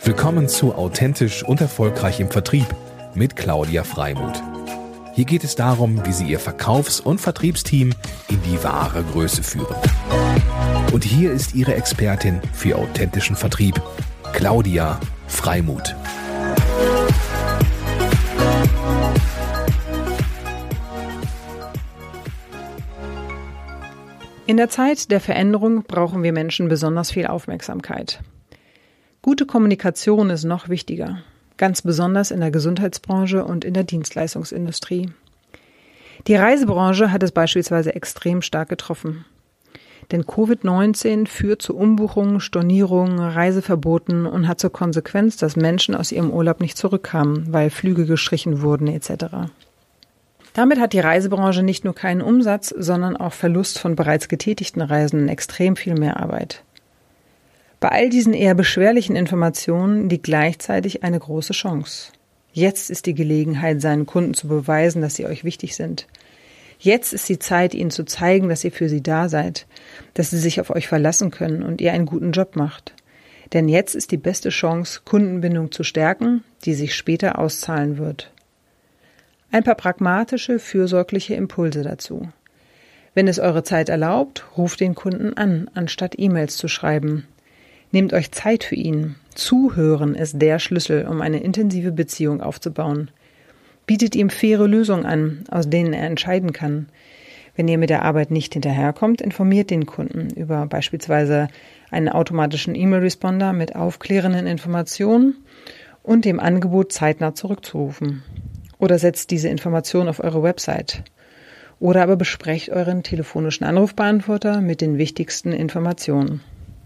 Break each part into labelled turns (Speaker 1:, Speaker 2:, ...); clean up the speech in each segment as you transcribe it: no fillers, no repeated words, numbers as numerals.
Speaker 1: Willkommen zu Authentisch und Erfolgreich im Vertrieb mit Claudia Freimuth. Hier geht es darum, wie Sie Ihr Verkaufs- und Vertriebsteam in die wahre Größe führen. Und hier ist Ihre Expertin für authentischen Vertrieb, Claudia Freimuth.
Speaker 2: In der Zeit der Veränderung brauchen wir Menschen besonders viel Aufmerksamkeit. Gute Kommunikation ist noch wichtiger, ganz besonders in der Gesundheitsbranche und in der Dienstleistungsindustrie. Die Reisebranche hat es beispielsweise extrem stark getroffen. Denn Covid-19 führt zu Umbuchungen, Stornierungen, Reiseverboten und hat zur Konsequenz, dass Menschen aus ihrem Urlaub nicht zurückkamen, weil Flüge gestrichen wurden etc. Damit hat die Reisebranche nicht nur keinen Umsatz, sondern auch Verlust von bereits getätigten Reisen extrem viel mehr Arbeit. Bei all diesen eher beschwerlichen Informationen liegt gleichzeitig eine große Chance. Jetzt ist die Gelegenheit, seinen Kunden zu beweisen, dass sie euch wichtig sind. Jetzt ist die Zeit, ihnen zu zeigen, dass ihr für sie da seid, dass sie sich auf euch verlassen können und ihr einen guten Job macht. Denn jetzt ist die beste Chance, Kundenbindung zu stärken, die sich später auszahlen wird. Ein paar pragmatische, fürsorgliche Impulse dazu. Wenn es eure Zeit erlaubt, ruft den Kunden an, anstatt E-Mails zu schreiben. Nehmt euch Zeit für ihn. Zuhören ist der Schlüssel, um eine intensive Beziehung aufzubauen. Bietet ihm faire Lösungen an, aus denen er entscheiden kann. Wenn ihr mit der Arbeit nicht hinterherkommt, informiert den Kunden über beispielsweise einen automatischen E-Mail-Responder mit aufklärenden Informationen und dem Angebot, zeitnah zurückzurufen. Oder setzt diese Information auf eure Website. Oder aber besprecht euren telefonischen Anrufbeantworter mit den wichtigsten Informationen.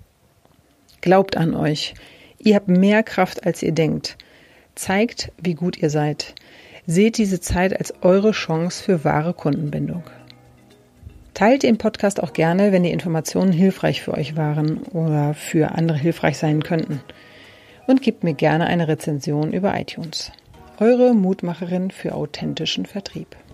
Speaker 2: Glaubt an euch. Ihr habt mehr Kraft, als ihr denkt. Zeigt, wie gut ihr seid. Seht diese Zeit als eure Chance für wahre Kundenbindung. Teilt den Podcast auch gerne, wenn die Informationen hilfreich für euch waren oder für andere hilfreich sein könnten. Und gebt mir gerne eine Rezension über iTunes. Eure Mutmacherin für authentischen Vertrieb.